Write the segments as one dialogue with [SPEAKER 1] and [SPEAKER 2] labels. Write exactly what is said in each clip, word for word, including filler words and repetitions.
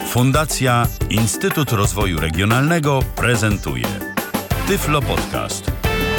[SPEAKER 1] Fundacja Instytut Rozwoju Regionalnego prezentuje Tyflo Podcast.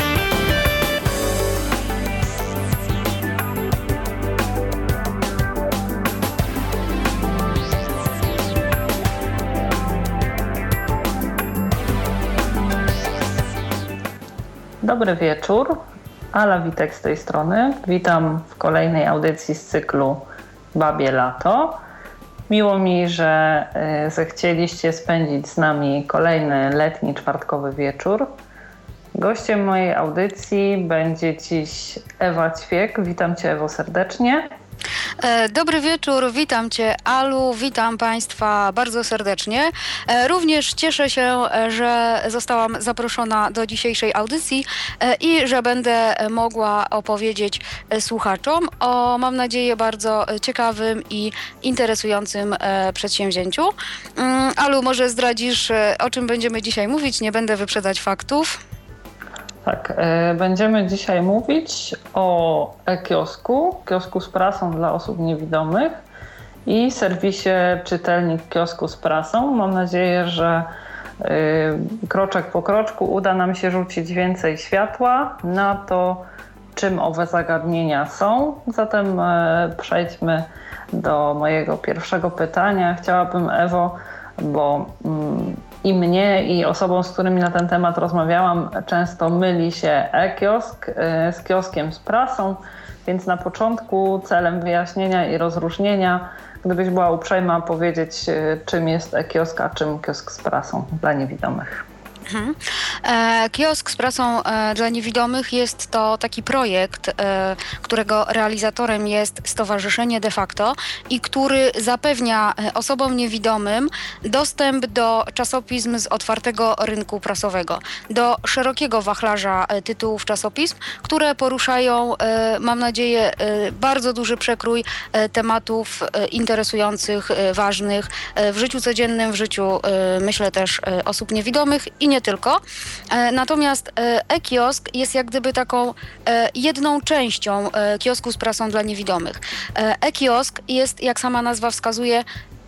[SPEAKER 2] Dobry wieczór, Ala Witek z tej strony. Witam w kolejnej audycji z cyklu Babie Lato. Miło mi, że zechcieliście spędzić z nami kolejny letni czwartkowy wieczór. Gościem mojej audycji będzie dziś Ewa Ćwiek. Witam Cię, Ewo, serdecznie.
[SPEAKER 3] Dobry wieczór, witam Cię, Alu, witam Państwa bardzo serdecznie. Również cieszę się, że zostałam zaproszona do dzisiejszej audycji i że będę mogła opowiedzieć słuchaczom o, mam nadzieję, bardzo ciekawym i interesującym przedsięwzięciu. Alu, może zdradzisz, o czym będziemy dzisiaj mówić? Nie będę wyprzedzać faktów.
[SPEAKER 2] Tak, będziemy dzisiaj mówić o e-kiosku, kiosku z prasą dla osób niewidomych i serwisie Czytelnik Kiosku z prasą. Mam nadzieję, że kroczek po kroczku uda nam się rzucić więcej światła na to, czym owe zagadnienia są. Zatem przejdźmy do mojego pierwszego pytania. Chciałabym, Ewo, bo i mnie, i osobom, z którymi na ten temat rozmawiałam, często myli się e-kiosk z kioskiem z prasą, więc na początku celem wyjaśnienia i rozróżnienia, gdybyś była uprzejma powiedzieć, czym jest e-kiosk, a czym kiosk z prasą dla niewidomych.
[SPEAKER 3] Mhm. E, kiosk z prasą e, dla niewidomych jest to taki projekt, e, którego realizatorem jest Stowarzyszenie De Facto i który zapewnia osobom niewidomym dostęp do czasopism z otwartego rynku prasowego, do szerokiego wachlarza tytułów czasopism, które poruszają, e, mam nadzieję, e, bardzo duży przekrój e, tematów e, interesujących, e, ważnych e, w życiu codziennym, w życiu, e, myślę, też e, osób niewidomych i nie tylko. Natomiast e-kiosk jest jak gdyby taką jedną częścią kiosku z prasą dla niewidomych. E-kiosk jest, jak sama nazwa wskazuje,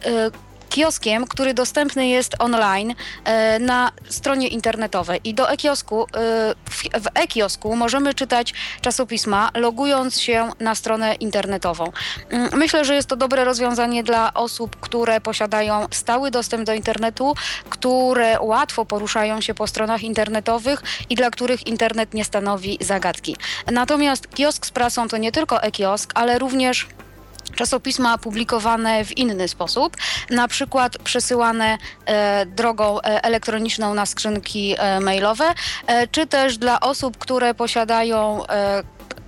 [SPEAKER 3] kioskiem, który dostępny jest online e, na stronie internetowej. I do e-kiosku, e, w, w e-kiosku możemy czytać czasopisma, logując się na stronę internetową. Myślę, że jest to dobre rozwiązanie dla osób, które posiadają stały dostęp do internetu, które łatwo poruszają się po stronach internetowych i dla których internet nie stanowi zagadki. Natomiast kiosk z prasą to nie tylko e-kiosk, ale również czasopisma publikowane w inny sposób, na przykład przesyłane e, drogą e, elektroniczną na skrzynki e, mailowe, e, czy też dla osób, które posiadają e,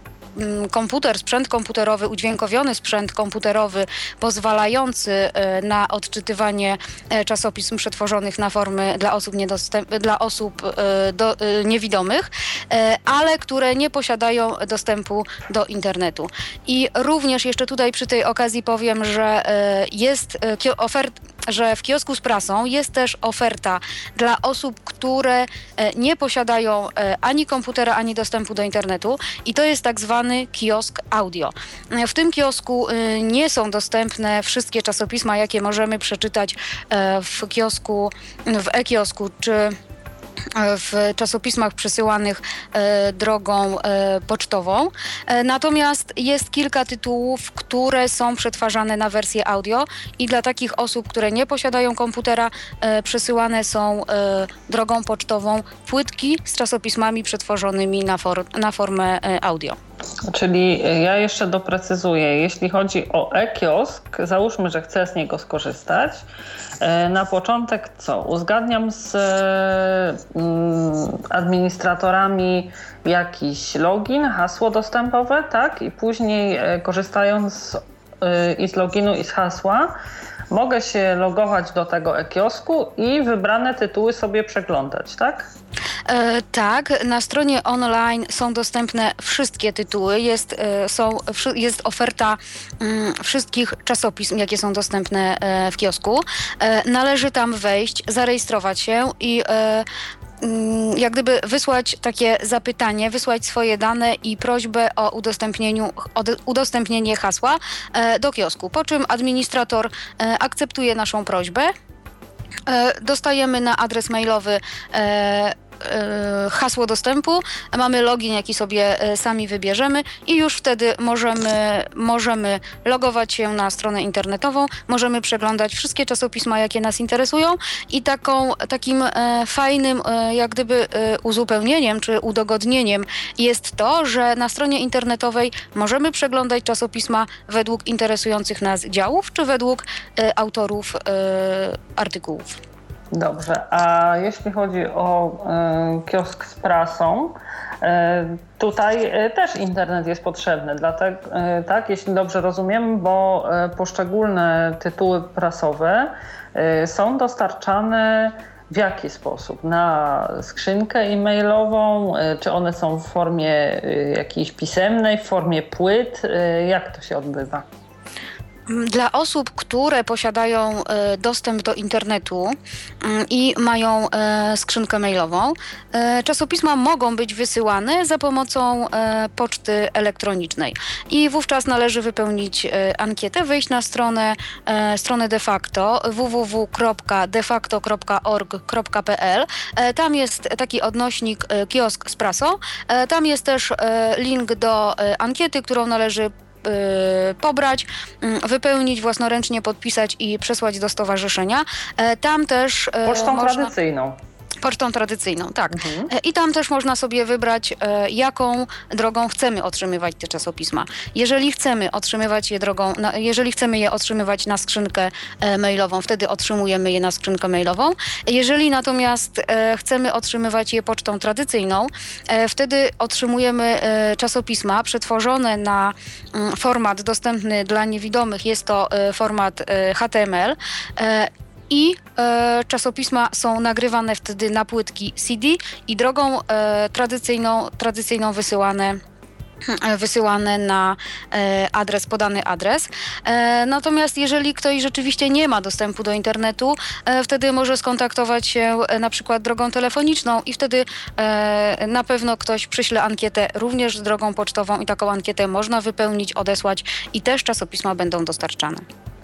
[SPEAKER 3] komputer, sprzęt komputerowy, udźwiękowiony sprzęt komputerowy pozwalający na odczytywanie czasopism przetworzonych na formy dla osób, niedostęp- dla osób do, niewidomych, ale które nie posiadają dostępu do internetu. I również jeszcze tutaj przy tej okazji powiem, że jest ofert, że w kiosku z prasą jest też oferta dla osób, które nie posiadają ani komputera, ani dostępu do internetu i to jest tak zwany kiosk audio. W tym kiosku nie są dostępne wszystkie czasopisma, jakie możemy przeczytać w kiosku, w e-kiosku czy w czasopismach przesyłanych e, drogą e, pocztową. E, natomiast jest kilka tytułów, które są przetwarzane na wersję audio i dla takich osób, które nie posiadają komputera, e, przesyłane są e, drogą pocztową płytki z czasopismami przetworzonymi na, for, na formę e, audio.
[SPEAKER 2] Czyli ja jeszcze doprecyzuję, jeśli chodzi o e-kiosk, załóżmy, że chcę z niego skorzystać. Na początek co? Uzgadniam z administratorami jakiś login, hasło dostępowe, tak? I później korzystając i z loginu, i z hasła mogę się logować do tego e-kiosku i wybrane tytuły sobie przeglądać, tak?
[SPEAKER 3] E, tak, na stronie online są dostępne wszystkie tytuły, jest, e, są, jest oferta m, wszystkich czasopism, jakie są dostępne e, w kiosku. E, należy tam wejść, zarejestrować się i e, jak gdyby wysłać takie zapytanie, wysłać swoje dane i prośbę o udostępnieniu, o udostępnienie hasła do kiosku, po czym administrator akceptuje naszą prośbę. Dostajemy na adres mailowy hasło dostępu, mamy login, jaki sobie sami wybierzemy i już wtedy możemy, możemy logować się na stronę internetową, możemy przeglądać wszystkie czasopisma, jakie nas interesują i taką, takim fajnym jak gdyby uzupełnieniem czy udogodnieniem jest to, że na stronie internetowej możemy przeglądać czasopisma według interesujących nas działów czy według autorów artykułów.
[SPEAKER 2] Dobrze, a jeśli chodzi o y, kiosk z prasą, y, tutaj y, też internet jest potrzebny, dlatego, y, tak, jeśli dobrze rozumiem, bo y, poszczególne tytuły prasowe y, są dostarczane w jaki sposób? Na skrzynkę e-mailową, y, czy one są w formie y, jakiejś pisemnej, w formie płyt? Y, jak to się odbywa?
[SPEAKER 3] Dla osób, które posiadają dostęp do internetu i mają skrzynkę mailową, czasopisma mogą być wysyłane za pomocą poczty elektronicznej. I wówczas należy wypełnić ankietę, wejść na stronę, stronę de facto w w w kropka de facto kropka org kropka p l. Tam jest taki odnośnik kiosk z prasą. Tam jest też link do ankiety, którą należy pobrać, wypełnić, własnoręcznie podpisać i przesłać do stowarzyszenia. Tam też
[SPEAKER 2] Pocztą
[SPEAKER 3] można...
[SPEAKER 2] tradycyjną.
[SPEAKER 3] Pocztą tradycyjną, tak.
[SPEAKER 2] Mhm.
[SPEAKER 3] I tam też można sobie wybrać, jaką drogą chcemy otrzymywać te czasopisma. Jeżeli chcemy otrzymywać je drogą, jeżeli chcemy je otrzymywać na skrzynkę mailową, wtedy otrzymujemy je na skrzynkę mailową. Jeżeli natomiast chcemy otrzymywać je pocztą tradycyjną, wtedy otrzymujemy czasopisma przetworzone na format dostępny dla niewidomych. Jest to format H T M L. I e, czasopisma są nagrywane wtedy na płytki C D i drogą e, tradycyjną, tradycyjną wysyłane, wysyłane na e, adres, podany adres. E, natomiast jeżeli ktoś rzeczywiście nie ma dostępu do internetu, e, wtedy może skontaktować się e, na przykład drogą telefoniczną i wtedy e, na pewno ktoś przyśle ankietę również drogą pocztową i taką ankietę można wypełnić, odesłać i też czasopisma będą dostarczane.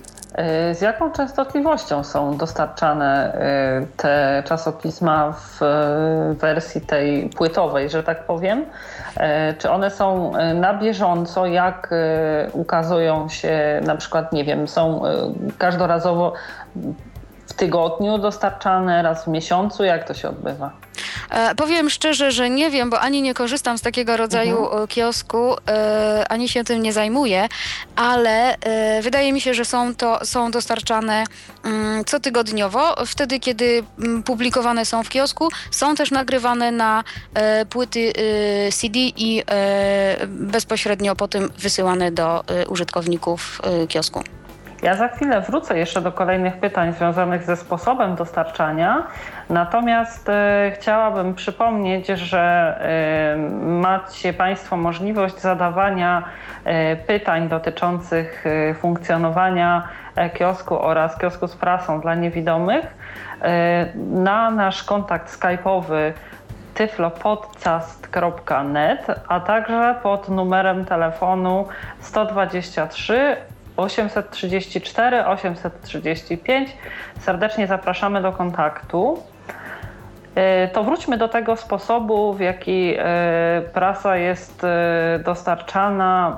[SPEAKER 2] Z jaką częstotliwością są dostarczane te czasopisma w wersji tej płytowej, że tak powiem? Czy one są na bieżąco, jak ukazują się, na przykład, nie wiem, są każdorazowo w tygodniu dostarczane, raz w miesiącu? Jak to się odbywa?
[SPEAKER 3] E, powiem szczerze, że nie wiem, bo ani nie korzystam z takiego rodzaju mhm. kiosku, e, ani się tym nie zajmuję, ale e, wydaje mi się, że są to są dostarczane mm, cotygodniowo, wtedy kiedy m, publikowane są w kiosku, są też nagrywane na e, płyty e, C D i e, bezpośrednio potem wysyłane do e, użytkowników e, kiosku.
[SPEAKER 2] Ja za chwilę wrócę jeszcze do kolejnych pytań związanych ze sposobem dostarczania, natomiast y, chciałabym przypomnieć, że y, macie Państwo możliwość zadawania y, pytań dotyczących y, funkcjonowania kiosku oraz kiosku z prasą dla niewidomych y, na nasz kontakt skype'owy tyflopodcast kropka net, a także pod numerem telefonu sto dwadzieścia trzy osiemset trzydzieści cztery osiemset trzydzieści pięć. Serdecznie zapraszamy do kontaktu. To wróćmy do tego sposobu, w jaki prasa jest dostarczana.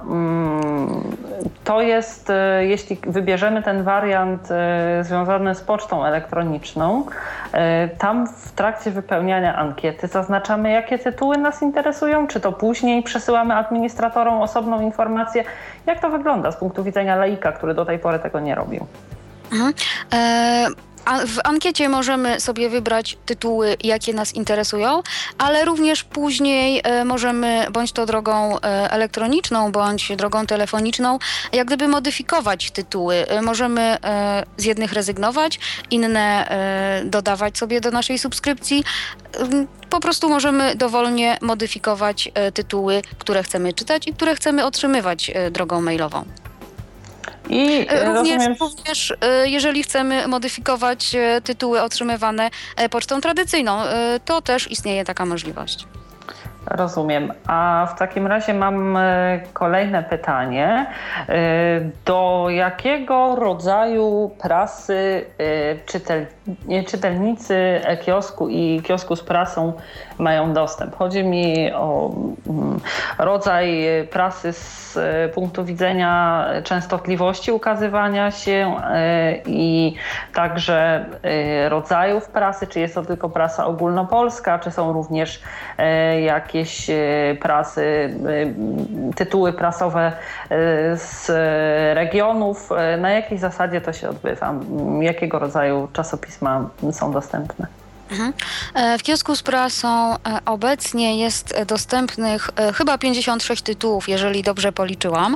[SPEAKER 2] To jest, jeśli wybierzemy ten wariant związany z pocztą elektroniczną, tam w trakcie wypełniania ankiety zaznaczamy, jakie tytuły nas interesują, czy to później przesyłamy administratorom osobną informację. Jak to wygląda z punktu widzenia laika, który do tej pory tego nie robił?
[SPEAKER 3] Mhm. E W ankiecie możemy sobie wybrać tytuły, jakie nas interesują, ale również później e, możemy bądź to drogą e, elektroniczną, bądź drogą telefoniczną, jak gdyby modyfikować tytuły. E, możemy e, z jednych rezygnować, inne e, dodawać sobie do naszej subskrypcji. E, po prostu możemy dowolnie modyfikować e, tytuły, które chcemy czytać i które chcemy otrzymywać e, drogą mailową.
[SPEAKER 2] I
[SPEAKER 3] Również,
[SPEAKER 2] rozumiem...
[SPEAKER 3] również, jeżeli chcemy modyfikować tytuły otrzymywane pocztą tradycyjną, to też istnieje taka możliwość.
[SPEAKER 2] Rozumiem. A w takim razie mam kolejne pytanie. Do jakiego rodzaju prasy czytel, czytelnicy e-kiosku i kiosku z prasą mają dostęp? Chodzi mi o rodzaj prasy z punktu widzenia częstotliwości ukazywania się i także rodzajów prasy. Czy jest to tylko prasa ogólnopolska, czy są również jakieś jakieś prasy, tytuły prasowe z regionów. Na jakiej zasadzie to się odbywa? Jakiego rodzaju czasopisma są dostępne?
[SPEAKER 3] W kiosku z prasą obecnie jest dostępnych chyba pięćdziesiąt sześć tytułów, jeżeli dobrze policzyłam.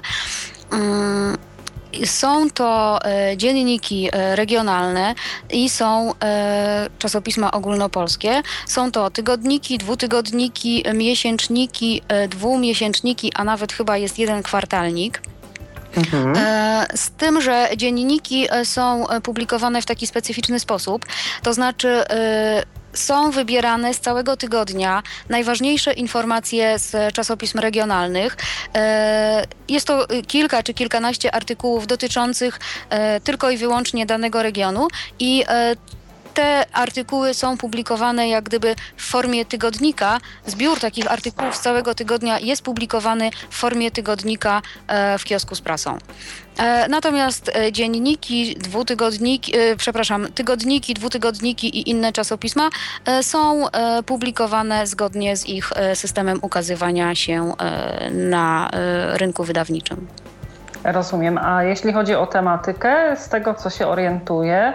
[SPEAKER 3] Są to e, dzienniki e, regionalne i są e, czasopisma ogólnopolskie. Są to tygodniki, dwutygodniki, miesięczniki, e, dwumiesięczniki, a nawet chyba jest jeden kwartalnik. Mhm. E, z tym, że dzienniki są publikowane w taki specyficzny sposób, to znaczy e, są wybierane z całego tygodnia najważniejsze informacje z czasopism regionalnych. Jest to kilka czy kilkanaście artykułów dotyczących tylko i wyłącznie danego regionu i te artykuły są publikowane jak gdyby w formie tygodnika. Zbiór takich artykułów z całego tygodnia jest publikowany w formie tygodnika w kiosku z prasą. Natomiast dzienniki, dwutygodniki, przepraszam, tygodniki, dwutygodniki i inne czasopisma są publikowane zgodnie z ich systemem ukazywania się na rynku wydawniczym.
[SPEAKER 2] Rozumiem. A jeśli chodzi o tematykę, z tego co się orientuję,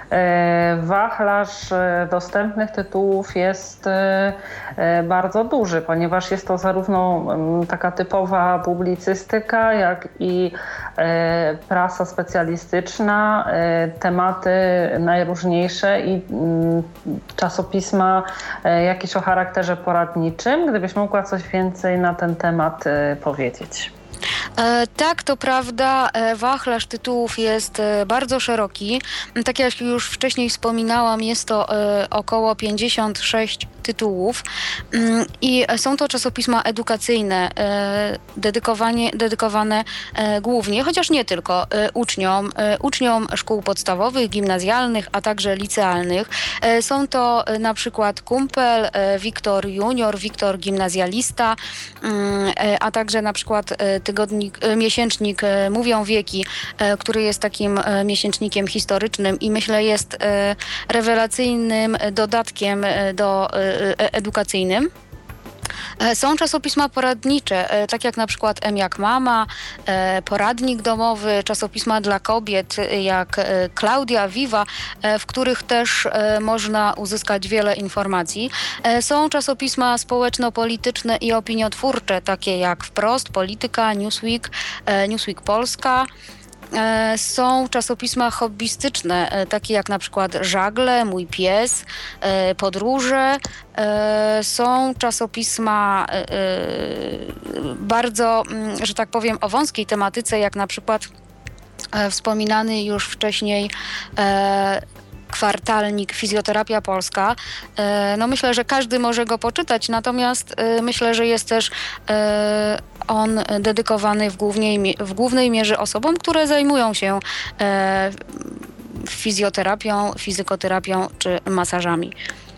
[SPEAKER 2] wachlarz dostępnych tytułów jest bardzo duży, ponieważ jest to zarówno taka typowa publicystyka, jak i prasa specjalistyczna, tematy najróżniejsze i czasopisma jakieś o charakterze poradniczym. Gdybyś mogła coś więcej na ten temat powiedzieć.
[SPEAKER 3] E, tak, to prawda. E, wachlarz tytułów jest e, bardzo szeroki. Tak jak już wcześniej wspominałam, jest to e, około pięćdziesiąt sześć tytułów mm, i są to czasopisma edukacyjne, e, dedykowanie, dedykowane e, głównie, chociaż nie tylko, e, uczniom, e, uczniom szkół podstawowych, gimnazjalnych, a także licealnych. E, są to e, na przykład Kumpel, e, Wiktor Junior, Wiktor Gimnazjalista, mm, e, a także na przykład e, tygodnik, e, miesięcznik e, Mówią Wieki, e, który jest takim e, miesięcznikiem historycznym i myślę jest e, rewelacyjnym dodatkiem e, do e, edukacyjnym. Są czasopisma poradnicze, tak jak na przykład M jak Mama, Poradnik Domowy, czasopisma dla kobiet jak Klaudia, Viva, w których też można uzyskać wiele informacji. Są czasopisma społeczno-polityczne i opiniotwórcze, takie jak Wprost, Polityka, Newsweek, Newsweek Polska. Są czasopisma hobbystyczne, takie jak na przykład Żagle, Mój Pies, Podróże. Są czasopisma bardzo, że tak powiem, o wąskiej tematyce, jak na przykład wspominany już wcześniej kwartalnik Fizjoterapia Polska. No myślę, że każdy może go poczytać, natomiast myślę, że jest też on dedykowany w głównej, w głównej mierze osobom, które zajmują się fizjoterapią, fizykoterapią czy masażami.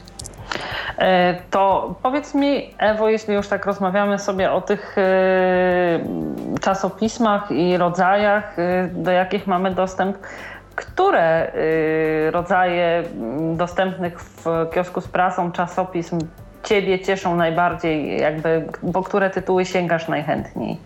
[SPEAKER 2] To powiedz mi, Ewo, jeśli już tak rozmawiamy sobie o tych czasopismach i rodzajach, do jakich mamy dostęp, które rodzaje dostępnych w kiosku z prasą czasopism Ciebie cieszą najbardziej, jakby, po które tytuły sięgasz najchętniej?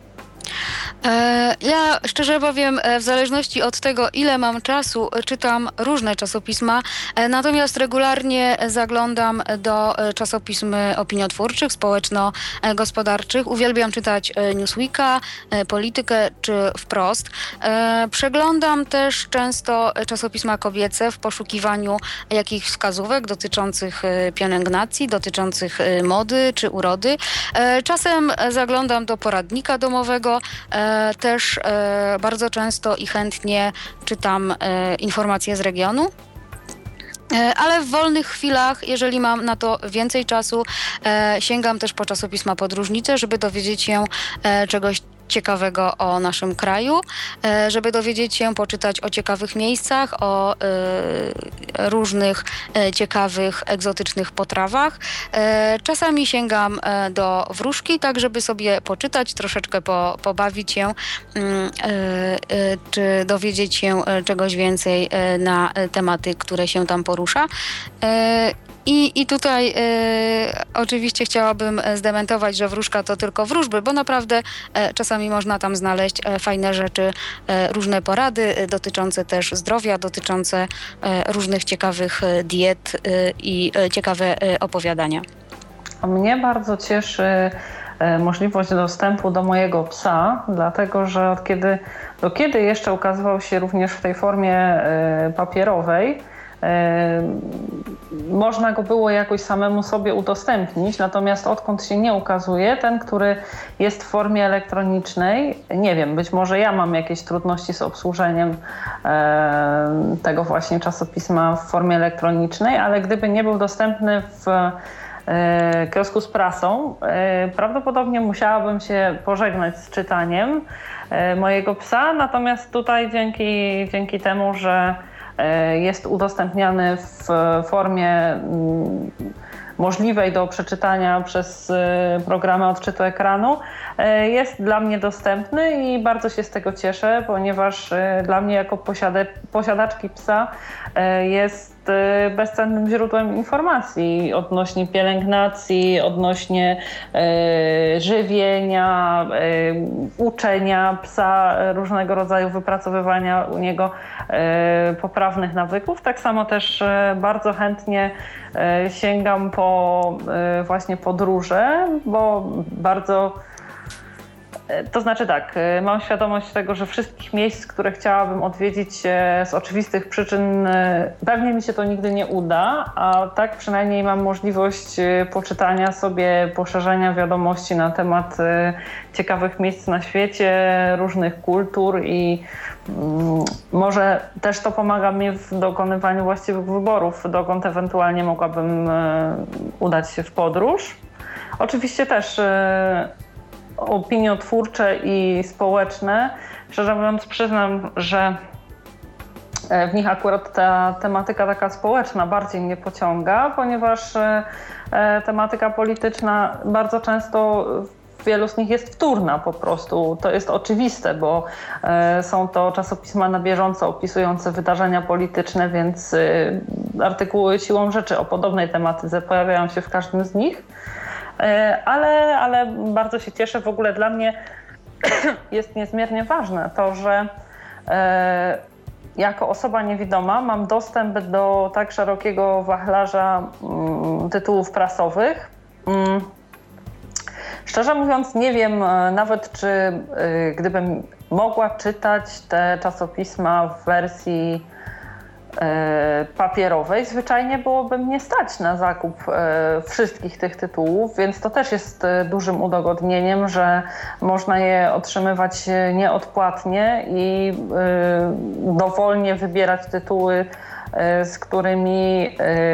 [SPEAKER 3] Ja szczerze powiem, w zależności od tego, ile mam czasu, czytam różne czasopisma, natomiast regularnie zaglądam do czasopism opiniotwórczych, społeczno-gospodarczych. Uwielbiam czytać Newsweeka, Politykę czy Wprost. Przeglądam też często czasopisma kobiece w poszukiwaniu jakichś wskazówek dotyczących pielęgnacji, dotyczących mody czy urody. Czasem zaglądam do poradnika domowego, też bardzo często i chętnie czytam informacje z regionu. Ale w wolnych chwilach, jeżeli mam na to więcej czasu, sięgam też po czasopisma podróżnicze, żeby dowiedzieć się czegoś ciekawego o naszym kraju, żeby dowiedzieć się, poczytać o ciekawych miejscach, o y, różnych y, ciekawych, egzotycznych potrawach. Y, czasami sięgam y, do wróżki, tak żeby sobie poczytać, troszeczkę po, pobawić się, y, y, czy dowiedzieć się czegoś więcej y, na tematy, które się tam porusza. Y, I, I tutaj e, oczywiście chciałabym zdementować, że wróżka to tylko wróżby, bo naprawdę e, czasami można tam znaleźć e, fajne rzeczy, e, różne porady e, dotyczące też zdrowia, dotyczące e, różnych ciekawych e, diet e, i e, ciekawe e, opowiadania.
[SPEAKER 2] Mnie bardzo cieszy e, możliwość dostępu do mojego psa, dlatego że od kiedy, do kiedy jeszcze ukazywał się również w tej formie e, papierowej, można go było jakoś samemu sobie udostępnić, natomiast odkąd się nie ukazuje, ten, który jest w formie elektronicznej, nie wiem, być może ja mam jakieś trudności z obsłużeniem tego właśnie czasopisma w formie elektronicznej, ale gdyby nie był dostępny w kiosku z prasą, prawdopodobnie musiałabym się pożegnać z czytaniem mojego psa, natomiast tutaj dzięki, dzięki temu, że jest udostępniany w formie możliwej do przeczytania przez programy odczytu ekranu, jest dla mnie dostępny i bardzo się z tego cieszę, ponieważ dla mnie jako posiadaczki psa jest bezcennym źródłem informacji odnośnie pielęgnacji, odnośnie e, żywienia, e, uczenia psa, różnego rodzaju wypracowywania u niego e, poprawnych nawyków. Tak samo też e, bardzo chętnie e, sięgam po e, właśnie podróże, bo bardzo To znaczy tak, mam świadomość tego, że wszystkich miejsc, które chciałabym odwiedzić z oczywistych przyczyn, pewnie mi się to nigdy nie uda, a tak przynajmniej mam możliwość poczytania sobie, poszerzenia wiadomości na temat ciekawych miejsc na świecie, różnych kultur i może też to pomaga mi w dokonywaniu właściwych wyborów, dokąd ewentualnie mogłabym udać się w podróż. Oczywiście też opiniotwórcze i społeczne. Szczerze mówiąc, przyznam, że w nich akurat ta tematyka taka społeczna bardziej mnie pociąga, ponieważ tematyka polityczna bardzo często w wielu z nich jest wtórna po prostu. To jest oczywiste, bo są to czasopisma na bieżąco opisujące wydarzenia polityczne, więc artykuły siłą rzeczy o podobnej tematyce pojawiają się w każdym z nich. Ale, ale bardzo się cieszę. W ogóle dla mnie jest niezmiernie ważne to, że e, jako osoba niewidoma mam dostęp do tak szerokiego wachlarza mm, tytułów prasowych. Mm. Szczerze mówiąc, nie wiem nawet, czy y, gdybym mogła czytać te czasopisma w wersji papierowej, zwyczajnie byłoby mnie stać na zakup wszystkich tych tytułów, więc to też jest dużym udogodnieniem, że można je otrzymywać nieodpłatnie i dowolnie wybierać tytuły, z którymi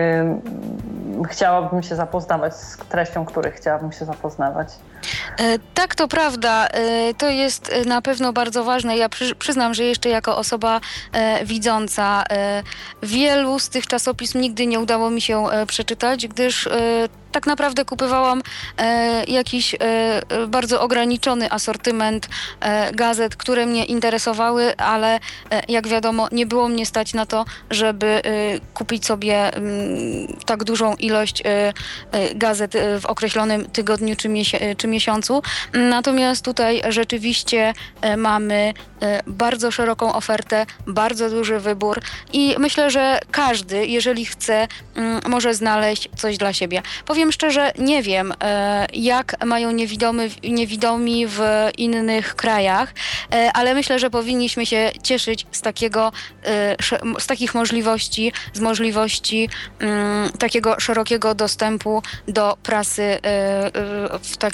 [SPEAKER 2] chciałabym się zapoznawać, z treścią których chciałabym się zapoznawać.
[SPEAKER 3] Tak, to prawda. To jest na pewno bardzo ważne. Ja przy, przyznam, że jeszcze jako osoba e, widząca e, wielu z tych czasopism nigdy nie udało mi się e, przeczytać, gdyż e, tak naprawdę kupowałam e, jakiś e, bardzo ograniczony asortyment e, gazet, które mnie interesowały, ale e, jak wiadomo, nie było mnie stać na to, żeby e, kupić sobie m, tak dużą ilość e, e, gazet w określonym tygodniu czy, miesię- czy miesiącu. Natomiast tutaj rzeczywiście e, mamy e, bardzo szeroką ofertę, bardzo duży wybór i myślę, że każdy, jeżeli chce, m, może znaleźć coś dla siebie. Powiem szczerze, nie wiem, e, jak mają niewidomy, niewidomi w innych krajach, e, ale myślę, że powinniśmy się cieszyć z takiego, e, z takich możliwości, z możliwości m, takiego szerokiego dostępu do prasy e, e, w takiego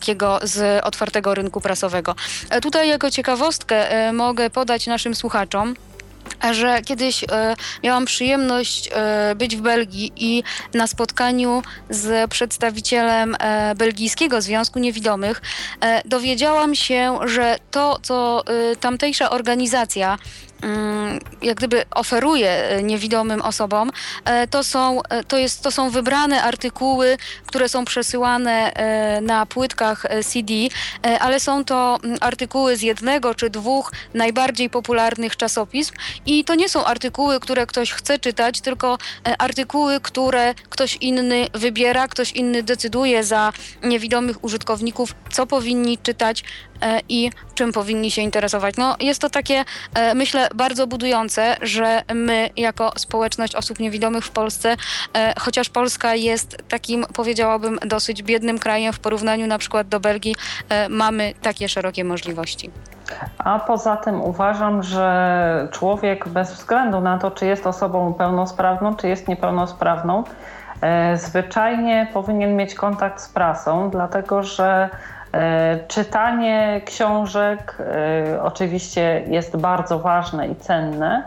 [SPEAKER 3] z otwartego rynku prasowego. Tutaj jako ciekawostkę mogę podać naszym słuchaczom, że kiedyś e, miałam przyjemność e, być w Belgii i na spotkaniu z przedstawicielem e, Belgijskiego Związku Niewidomych e, dowiedziałam się, że to, co e, tamtejsza organizacja jak gdyby oferuje niewidomym osobom, to są, to jest, to są wybrane artykuły, które są przesyłane na płytkach C D, ale są to artykuły z jednego czy dwóch najbardziej popularnych czasopism i to nie są artykuły, które ktoś chce czytać, tylko artykuły, które ktoś inny wybiera, ktoś inny decyduje za niewidomych użytkowników, co powinni czytać i czym powinni się interesować. No, jest to takie, myślę, bardzo budujące, że my jako społeczność osób niewidomych w Polsce, chociaż Polska jest takim, powiedziałabym, dosyć biednym krajem w porównaniu na przykład do Belgii, mamy takie szerokie możliwości.
[SPEAKER 2] A poza tym uważam, że człowiek bez względu na to, czy jest osobą pełnosprawną, czy jest niepełnosprawną, zwyczajnie powinien mieć kontakt z prasą, dlatego że czytanie książek y, oczywiście jest bardzo ważne i cenne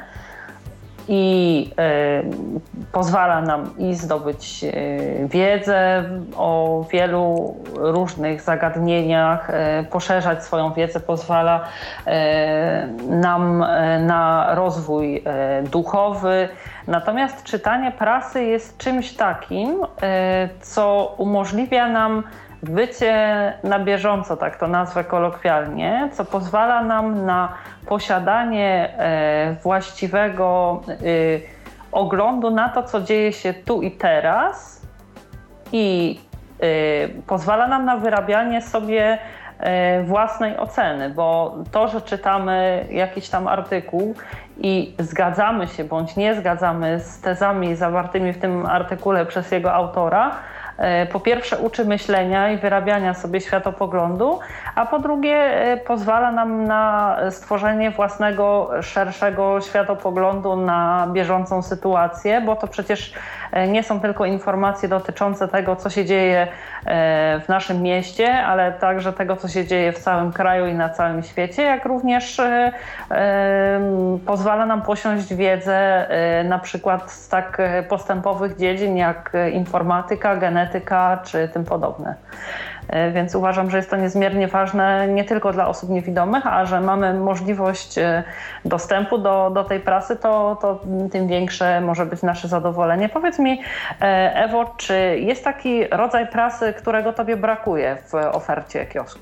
[SPEAKER 2] i y, pozwala nam i zdobyć y, wiedzę o wielu różnych zagadnieniach, y, poszerzać swoją wiedzę, pozwala y, nam y, na rozwój y, duchowy. Natomiast czytanie prasy jest czymś takim, y, co umożliwia nam bycie na bieżąco, tak to nazwę kolokwialnie, co pozwala nam na posiadanie e, właściwego e, oglądu na to, co dzieje się tu i teraz i e, pozwala nam na wyrabianie sobie e, własnej oceny, bo to, że czytamy jakiś tam artykuł i zgadzamy się bądź nie zgadzamy z tezami zawartymi w tym artykule przez jego autora, po pierwsze uczy myślenia i wyrabiania sobie światopoglądu, a po drugie pozwala nam na stworzenie własnego, szerszego światopoglądu na bieżącą sytuację, bo to przecież nie są tylko informacje dotyczące tego, co się dzieje w naszym mieście, ale także tego, co się dzieje w całym kraju i na całym świecie, jak również pozwala nam posiąść wiedzę na przykład z tak postępowych dziedzin jak informatyka, genetyka czy tym podobne. Więc uważam, że jest to niezmiernie ważne nie tylko dla osób niewidomych, a że mamy możliwość dostępu do, do tej prasy, to, to tym większe może być nasze zadowolenie. Powiedz mi, Ewo, czy jest taki rodzaj prasy, którego tobie brakuje w ofercie kiosku?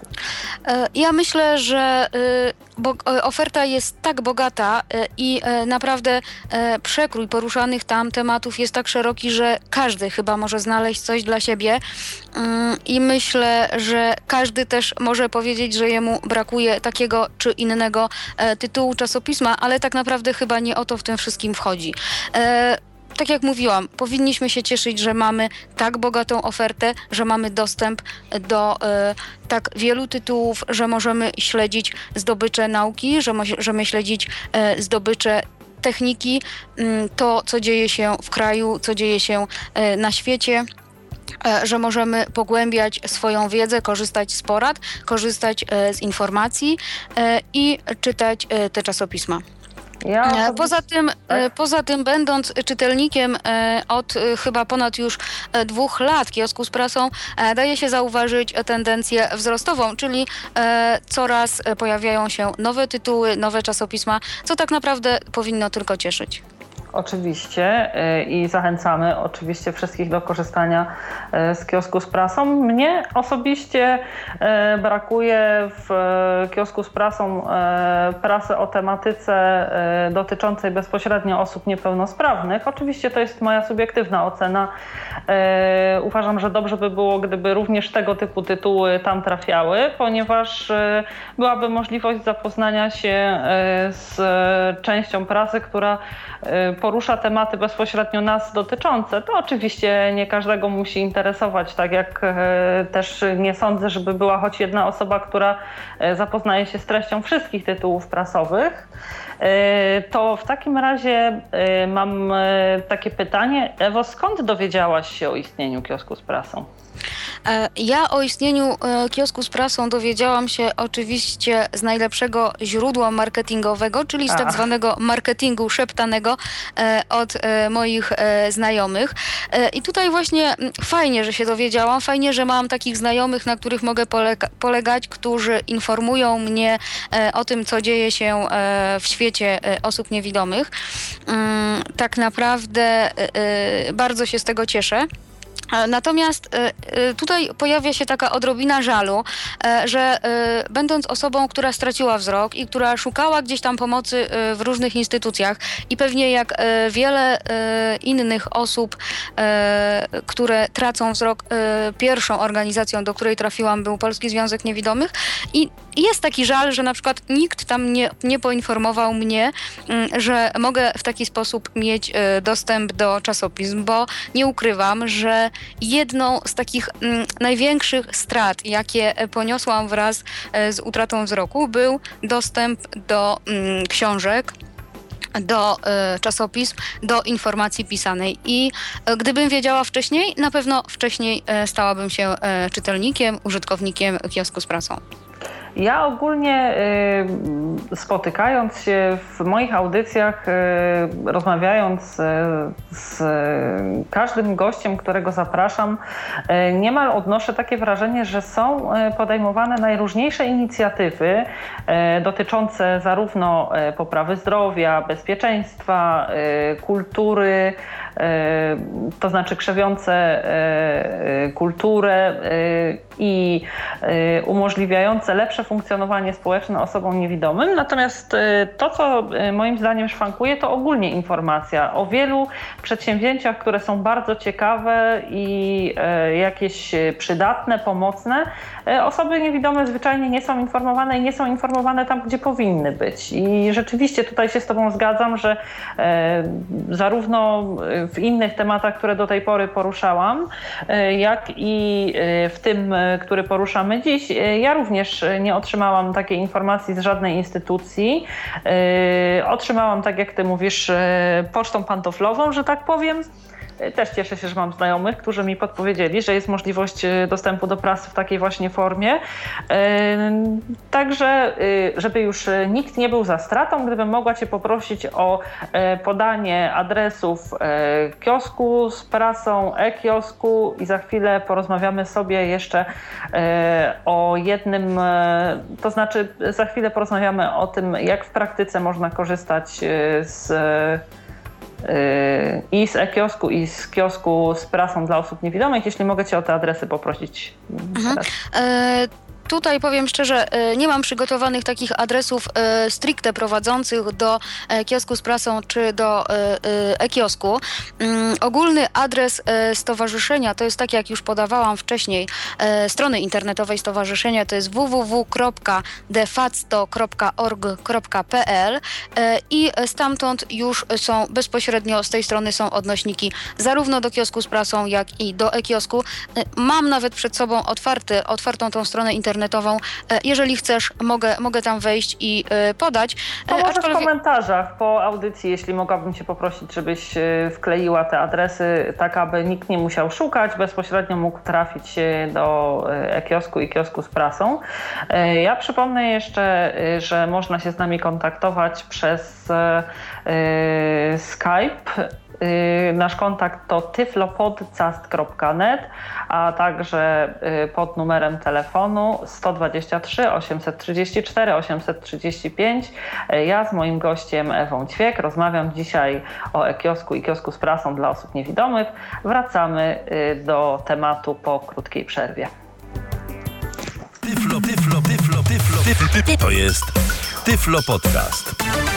[SPEAKER 3] Ja myślę, że bo oferta jest tak bogata i naprawdę przekrój poruszanych tam tematów jest tak szeroki, że każdy chyba może znaleźć coś dla siebie i myślę, że każdy też może powiedzieć, że jemu brakuje takiego czy innego tytułu czasopisma, ale tak naprawdę chyba nie o to w tym wszystkim wchodzi. Tak jak mówiłam, powinniśmy się cieszyć, że mamy tak bogatą ofertę, że mamy dostęp do e, tak wielu tytułów, że możemy śledzić zdobycze nauki, że możemy śledzić e, zdobycze techniki, m, to co dzieje się w kraju, co dzieje się e, na świecie, e, że możemy pogłębiać swoją wiedzę, korzystać z porad, korzystać e, z informacji e, i czytać e, te czasopisma. Ja poza tym, tak? poza tym, będąc czytelnikiem od chyba ponad już dwóch lat kiosku z prasą, daje się zauważyć tendencję wzrostową, czyli coraz pojawiają się nowe tytuły, nowe czasopisma, co tak naprawdę powinno tylko cieszyć.
[SPEAKER 2] Oczywiście i zachęcamy oczywiście wszystkich do korzystania z kiosku z prasą. Mnie osobiście brakuje w kiosku z prasą prasy o tematyce dotyczącej bezpośrednio osób niepełnosprawnych. Oczywiście to jest moja subiektywna ocena. Uważam, że dobrze by było, gdyby również tego typu tytuły tam trafiały, ponieważ byłaby możliwość zapoznania się z częścią prasy, która porusza tematy bezpośrednio nas dotyczące. To oczywiście nie każdego musi interesować, tak jak też nie sądzę, żeby była choć jedna osoba, która zapoznaje się z treścią wszystkich tytułów prasowych. To w takim razie mam takie pytanie. Ewo, skąd dowiedziałaś się o istnieniu kiosku z prasą?
[SPEAKER 3] Ja o istnieniu kiosku z prasą dowiedziałam się oczywiście z najlepszego źródła marketingowego, czyli z
[SPEAKER 2] A.
[SPEAKER 3] tak zwanego marketingu szeptanego od moich znajomych. I tutaj właśnie fajnie, że się dowiedziałam, fajnie, że mam takich znajomych, na których mogę polega- polegać, którzy informują mnie o tym, co dzieje się w świecie osób niewidomych. Tak naprawdę bardzo się z tego cieszę. Natomiast tutaj pojawia się taka odrobina żalu, że będąc osobą, która straciła wzrok i która szukała gdzieś tam pomocy w różnych instytucjach i pewnie jak wiele innych osób, które tracą wzrok, pierwszą organizacją, do której trafiłam, był Polski Związek Niewidomych i jest taki żal, że na przykład nikt tam nie, nie poinformował mnie, że mogę w taki sposób mieć dostęp do czasopism, bo nie ukrywam, że jedną z takich m, największych strat, jakie poniosłam wraz e, z utratą wzroku, był dostęp do m, książek, do e, czasopism, do informacji pisanej. I e, gdybym wiedziała wcześniej, na pewno wcześniej e, stałabym się e, czytelnikiem, użytkownikiem kiosku z prasą.
[SPEAKER 2] Ja ogólnie y, spotykając się w moich audycjach, y, rozmawiając y, z każdym gościem, którego zapraszam, y, niemal odnoszę takie wrażenie, że są y, podejmowane najróżniejsze inicjatywy y, dotyczące zarówno y, poprawy zdrowia, bezpieczeństwa, y, kultury, y, to znaczy krzewiące y, y, kulturę y, i y, umożliwiające lepsze funkcjonowanie społeczne osobom niewidomym. Natomiast to, co moim zdaniem szwankuje, to ogólnie informacja o wielu przedsięwzięciach, które są bardzo ciekawe i jakieś przydatne, pomocne. Osoby niewidome zwyczajnie nie są informowane i nie są informowane tam, gdzie powinny być. I rzeczywiście tutaj się z Tobą zgadzam, że zarówno w innych tematach, które do tej pory poruszałam, jak i w tym, który poruszamy dziś, ja również nie otrzymałam takiej informacji z żadnej instytucji. Yy, otrzymałam, tak jak ty mówisz, yy, pocztą pantoflową, że tak powiem. Też cieszę się, że mam znajomych, którzy mi podpowiedzieli, że jest możliwość dostępu do prasy w takiej właśnie formie. Także, żeby już nikt nie był za stratą, gdybym mogła Cię poprosić o podanie adresów kiosku z prasą, e-kiosku i za chwilę porozmawiamy sobie jeszcze o jednym, to znaczy za chwilę porozmawiamy o tym, jak w praktyce można korzystać z i z e-kiosku, i z kiosku z prasą dla osób niewidomych. Jeśli mogę Cię o te adresy poprosić.
[SPEAKER 3] Mhm. E- Tutaj powiem szczerze, nie mam przygotowanych takich adresów stricte prowadzących do kiosku z prasą czy do e-kiosku. Ogólny adres stowarzyszenia to jest, tak jak już podawałam wcześniej, strony internetowej stowarzyszenia to jest w w w kropka defacto kropka org kropka p l i stamtąd już są bezpośrednio z tej strony są odnośniki zarówno do kiosku z prasą, jak i do e-kiosku. Mam nawet przed sobą otwarty, otwartą tą stronę internetową. Jeżeli chcesz, mogę, mogę tam wejść i y, podać.
[SPEAKER 2] To może
[SPEAKER 3] Aczkolwiek...
[SPEAKER 2] w komentarzach po audycji, jeśli mogłabym Cię poprosić, żebyś wkleiła te adresy, tak aby nikt nie musiał szukać, bezpośrednio mógł trafić do e-kiosku i kiosku z prasą. Ja przypomnę jeszcze, że można się z nami kontaktować przez y, Skype. Nasz kontakt to tyflopodcast kropka net, a także pod numerem telefonu sto dwadzieścia trzy osiemset trzydzieści cztery osiemset trzydzieści pięć. Ja z moim gościem Ewą Ćwiek rozmawiam dzisiaj o e-kiosku i kiosku z prasą dla osób niewidomych. Wracamy do tematu po krótkiej przerwie.
[SPEAKER 1] Tyflo, tyflo, tyflo, tyflo, tyflo, tyflo. To jest Tyflo Podcast.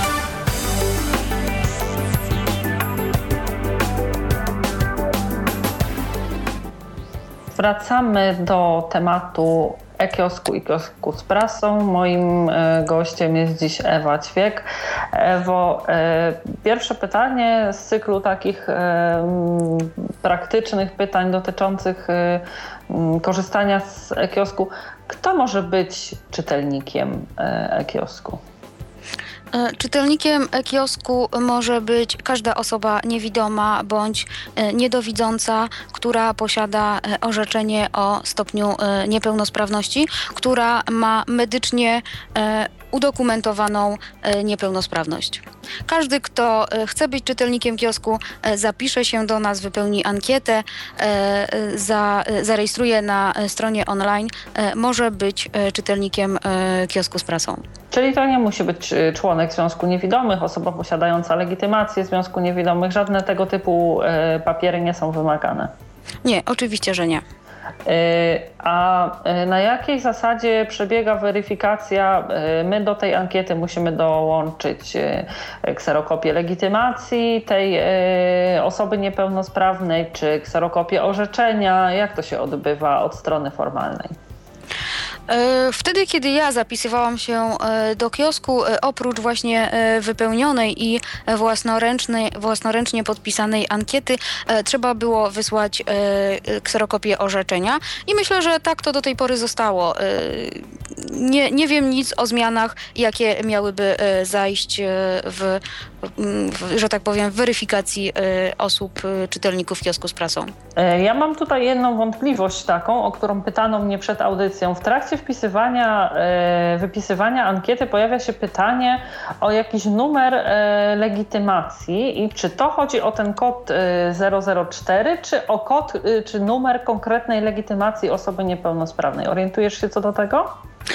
[SPEAKER 2] Wracamy do tematu e-kiosku i kiosku z prasą. Moim gościem jest dziś Ewa Ćwiek. Ewo, pierwsze pytanie z cyklu takich praktycznych pytań dotyczących korzystania z e-kiosku. Kto może być czytelnikiem e-kiosku?
[SPEAKER 3] Czytelnikiem kiosku może być każda osoba niewidoma bądź niedowidząca, która posiada orzeczenie o stopniu niepełnosprawności, która ma medycznie udokumentowaną niepełnosprawność. Każdy, kto chce być czytelnikiem kiosku, zapisze się do nas, wypełni ankietę, za, zarejestruje na stronie online, może być czytelnikiem kiosku z prasą.
[SPEAKER 2] Czyli to nie musi być członek Związku Niewidomych, osoba posiadająca legitymację Związku Niewidomych, żadne tego typu papiery nie są wymagane.
[SPEAKER 3] Nie, oczywiście, że nie.
[SPEAKER 2] A na jakiej zasadzie przebiega weryfikacja? My do tej ankiety musimy dołączyć kserokopię legitymacji tej osoby niepełnosprawnej, czy kserokopię orzeczenia? Jak to się odbywa od strony formalnej?
[SPEAKER 3] Wtedy, kiedy ja zapisywałam się do kiosku, oprócz właśnie wypełnionej i własnoręcznej, własnoręcznie podpisanej ankiety, trzeba było wysłać kserokopię orzeczenia i myślę, że tak to do tej pory zostało. Nie, nie wiem nic o zmianach, jakie miałyby zajść w, w, że tak powiem, w weryfikacji osób, czytelników kiosku z prasą.
[SPEAKER 2] Ja mam tutaj jedną wątpliwość taką, o którą pytano mnie przed audycją. W trakcie wpisywania, wypisywania ankiety pojawia się pytanie o jakiś numer legitymacji i czy to chodzi o ten kod zero zero cztery, czy o kod, czy numer konkretnej legitymacji osoby niepełnosprawnej. Orientujesz się co do tego?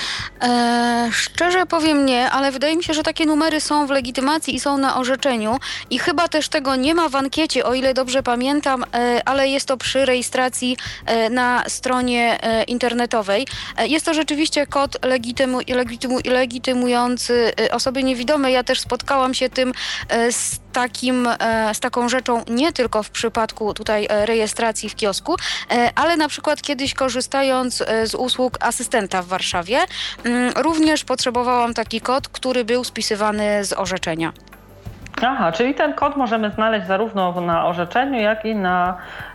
[SPEAKER 3] Eee, szczerze powiem nie, ale wydaje mi się, że takie numery są w legitymacji i są na orzeczeniu i chyba też tego nie ma w ankiecie, o ile dobrze pamiętam, e, ale jest to przy rejestracji e, na stronie e, internetowej. E, jest to rzeczywiście kod legitymu, legitymu, legitymujący e, osoby niewidome. Ja też spotkałam się tym e, z takim, e, z taką rzeczą nie tylko w przypadku tutaj e, rejestracji w kiosku, e, ale na przykład kiedyś korzystając e, z usług asystenta w Warszawie, również potrzebowałam taki kod, który był spisywany z orzeczenia.
[SPEAKER 2] Aha, czyli ten kod możemy znaleźć zarówno na orzeczeniu, jak i na,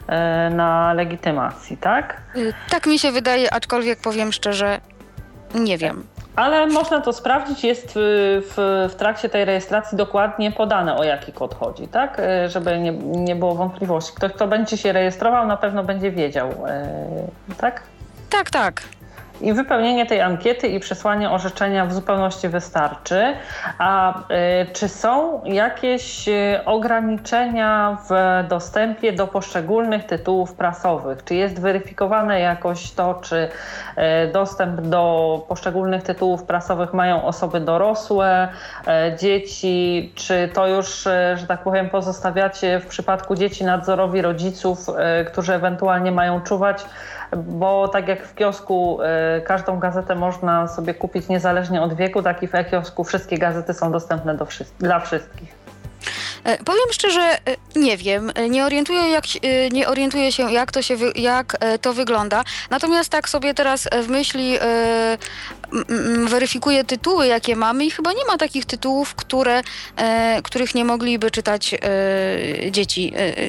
[SPEAKER 2] na legitymacji, tak?
[SPEAKER 3] Tak mi się wydaje, aczkolwiek powiem szczerze, nie wiem.
[SPEAKER 2] Ale można to sprawdzić, jest w, w, w trakcie tej rejestracji dokładnie podane, o jaki kod chodzi, tak? Żeby nie, nie było wątpliwości. Ktoś, kto będzie się rejestrował, na pewno będzie wiedział, tak?
[SPEAKER 3] Tak, tak.
[SPEAKER 2] I wypełnienie tej ankiety i przesłanie orzeczenia w zupełności wystarczy. A y, czy są jakieś y, ograniczenia w dostępie do poszczególnych tytułów prasowych? Czy jest weryfikowane jakoś to, czy y, dostęp do poszczególnych tytułów prasowych mają osoby dorosłe, y, dzieci? Czy to już, y, że tak powiem, pozostawiacie w przypadku dzieci nadzorowi rodziców, y, którzy ewentualnie mają czuwać? Bo tak jak w kiosku y, każdą gazetę można sobie kupić niezależnie od wieku, tak i w e-kiosku wszystkie gazety są dostępne do wszy- dla wszystkich.
[SPEAKER 3] Powiem szczerze, nie wiem, nie orientuję, jak, nie orientuję się, jak to, się, jak to wygląda. Natomiast tak sobie teraz w myśli weryfikuję tytuły, jakie mamy i chyba nie ma takich tytułów, które, których nie mogliby czytać dzieci.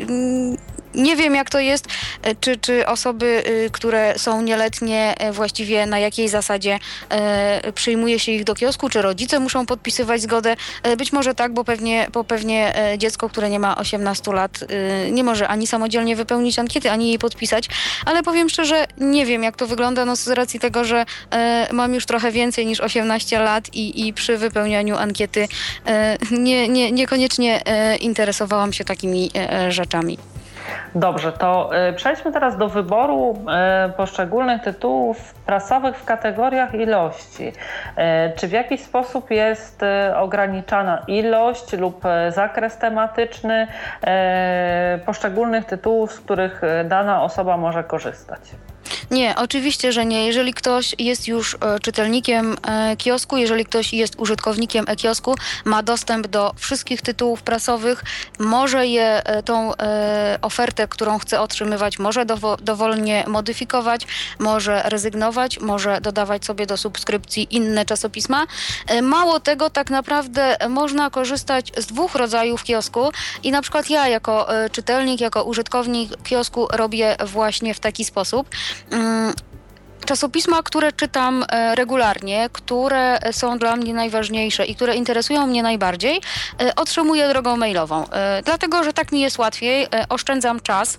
[SPEAKER 3] Nie wiem, jak to jest, czy, czy osoby, które są nieletnie, właściwie na jakiej zasadzie przyjmuje się ich do kiosku, czy rodzice muszą podpisywać zgodę. Być może tak, bo pewnie, bo pewnie dziecko, które nie ma osiemnastu lat, nie może ani samodzielnie wypełnić ankiety, ani jej podpisać, ale powiem szczerze, nie wiem, jak to wygląda, no z racji tego, że mam już trochę więcej niż osiemnaście lat i, i przy wypełnianiu ankiety nie, nie, niekoniecznie interesowałam się takimi rzeczami.
[SPEAKER 2] Dobrze, to przejdźmy teraz do wyboru poszczególnych tytułów prasowych w kategoriach ilości. Czy w jakiś sposób jest ograniczana ilość lub zakres tematyczny poszczególnych tytułów, z których dana osoba może korzystać?
[SPEAKER 3] Nie, oczywiście, że nie. Jeżeli ktoś jest już e, czytelnikiem e, kiosku, jeżeli ktoś jest użytkownikiem e-kiosku, ma dostęp do wszystkich tytułów prasowych, może je, e, tą e, ofertę, którą chce otrzymywać, może dowo- dowolnie modyfikować, może rezygnować, może dodawać sobie do subskrypcji inne czasopisma. E, mało tego, tak naprawdę można korzystać z dwóch rodzajów kiosku i na przykład ja jako e, czytelnik, jako użytkownik kiosku robię właśnie w taki sposób. Czasopisma, które czytam regularnie, które są dla mnie najważniejsze i które interesują mnie najbardziej, otrzymuję drogą mailową. Dlatego, że tak mi jest łatwiej, oszczędzam czas.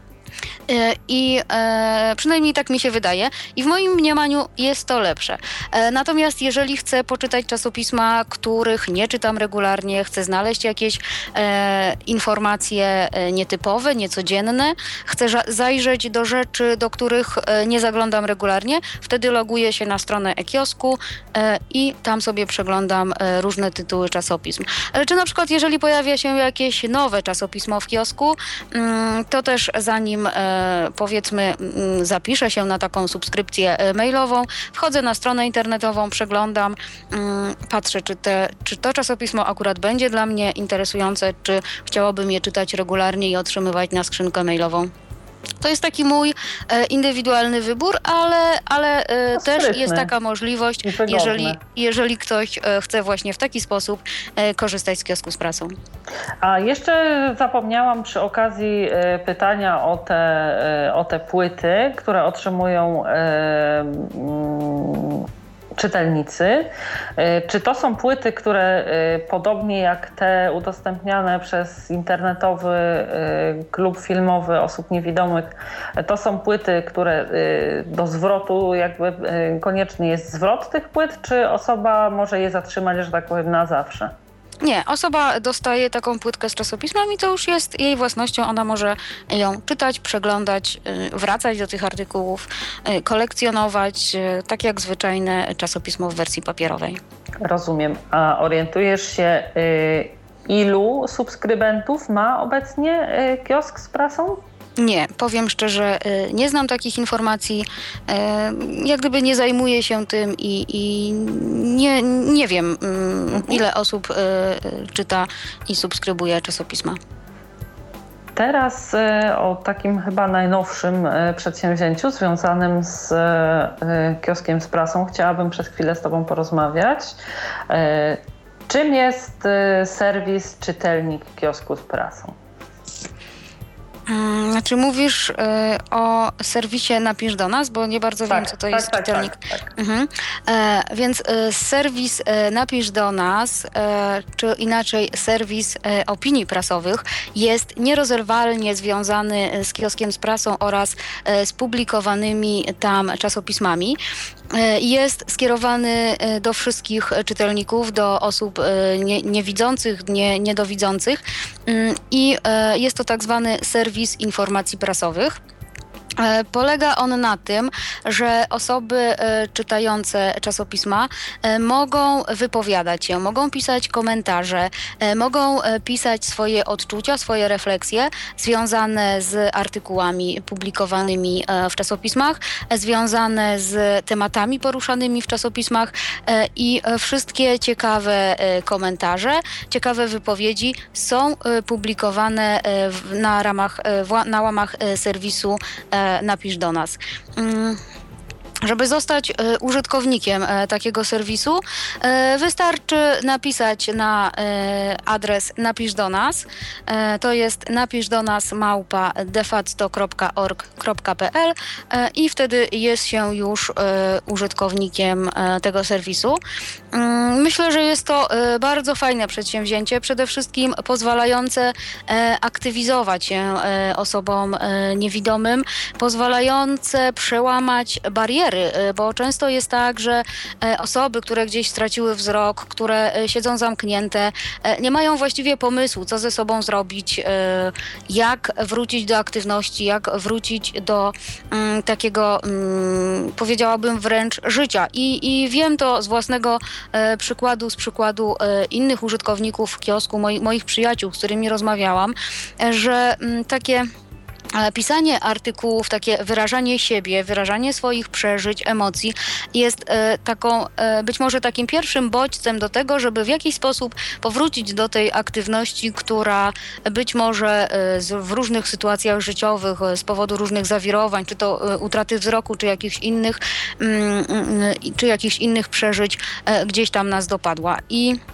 [SPEAKER 3] I e, przynajmniej tak mi się wydaje i w moim mniemaniu jest to lepsze. E, natomiast jeżeli chcę poczytać czasopisma, których nie czytam regularnie, chcę znaleźć jakieś e, informacje nietypowe, niecodzienne, chcę zajrzeć do rzeczy, do których e, nie zaglądam regularnie, wtedy loguję się na stronę e-kiosku e, i tam sobie przeglądam e, różne tytuły czasopism. E, czy na przykład jeżeli pojawia się jakieś nowe czasopismo w kiosku, mm, to też zanim e, powiedzmy zapiszę się na taką subskrypcję mailową, wchodzę na stronę internetową, przeglądam, patrzę, czy, te, czy to czasopismo akurat będzie dla mnie interesujące, czy chciałabym je czytać regularnie i otrzymywać na skrzynkę mailową. To jest taki mój e, indywidualny wybór, ale, ale e, też jest taka możliwość, jeżeli, jeżeli ktoś e, chce właśnie w taki sposób e, korzystać z kiosku z prasą.
[SPEAKER 2] A jeszcze zapomniałam przy okazji e, pytania o te, e, o te płyty, które otrzymują e, mm, czytelnicy. Czy to są płyty, które podobnie jak te udostępniane przez internetowy klub filmowy osób niewidomych, to są płyty, które do zwrotu jakby konieczny jest zwrot tych płyt, czy osoba może je zatrzymać, że tak powiem, na zawsze?
[SPEAKER 3] Nie, osoba dostaje taką płytkę z czasopismem i to już jest jej własnością. Ona może ją czytać, przeglądać, wracać do tych artykułów, kolekcjonować, tak jak zwyczajne czasopismo w wersji papierowej.
[SPEAKER 2] Rozumiem. A orientujesz się, ilu subskrybentów ma obecnie kiosk z prasą?
[SPEAKER 3] Nie, powiem szczerze, nie znam takich informacji, jak gdyby nie zajmuję się tym i, i nie, nie wiem, ile osób czyta i subskrybuje czasopisma.
[SPEAKER 2] Teraz o takim chyba najnowszym przedsięwzięciu związanym z kioskiem z prasą chciałabym przez chwilę z Tobą porozmawiać. Czym jest serwis Czytelnik kiosku z prasą?
[SPEAKER 3] Znaczy mówisz y, o serwisie Napisz do nas, bo nie bardzo tak, wiem, co to
[SPEAKER 2] tak,
[SPEAKER 3] jest
[SPEAKER 2] tak,
[SPEAKER 3] czytelnik.
[SPEAKER 2] Tak, tak.
[SPEAKER 3] Mhm. E, więc y, serwis y, Napisz do nas, y, czy inaczej serwis y, opinii prasowych jest nierozerwalnie związany z kioskiem z prasą oraz y, z publikowanymi tam czasopismami. Jest skierowany do wszystkich czytelników, do osób nie, niewidzących, nie, niedowidzących i jest to tak zwany serwis informacji prasowych. Polega on na tym, że osoby czytające czasopisma mogą wypowiadać się, mogą pisać komentarze, mogą pisać swoje odczucia, swoje refleksje związane z artykułami publikowanymi w czasopismach, związane z tematami poruszanymi w czasopismach i wszystkie ciekawe komentarze, ciekawe wypowiedzi są publikowane na ramach, na łamach serwisu Napisz do nas. Żeby zostać y, użytkownikiem y, takiego serwisu, y, wystarczy napisać na y, adres napisz do nas. Y, to jest napisz do nas małpa defacto kropka org kropka p l y, i wtedy jest się już y, użytkownikiem y, tego serwisu. Y, myślę, że jest to y, bardzo fajne przedsięwzięcie, przede wszystkim pozwalające y, aktywizować się y, osobom y, niewidomym, pozwalające przełamać bariery, bo często jest tak, że osoby, które gdzieś straciły wzrok, które siedzą zamknięte, nie mają właściwie pomysłu, co ze sobą zrobić, jak wrócić do aktywności, jak wrócić do um, takiego, um, powiedziałabym wręcz życia. I, i wiem to z własnego e, przykładu, z przykładu e, innych użytkowników kiosku, moi, moich przyjaciół, z którymi rozmawiałam, e, że um, takie pisanie artykułów, takie wyrażanie siebie, wyrażanie swoich przeżyć, emocji jest e, taką, e, być może takim pierwszym bodźcem do tego, żeby w jakiś sposób powrócić do tej aktywności, która być może e, z, w różnych sytuacjach życiowych, e, z powodu różnych zawirowań, czy to e, utraty wzroku, czy jakichś innych, mm, mm, czy jakichś innych przeżyć e, gdzieś tam nas dopadła. I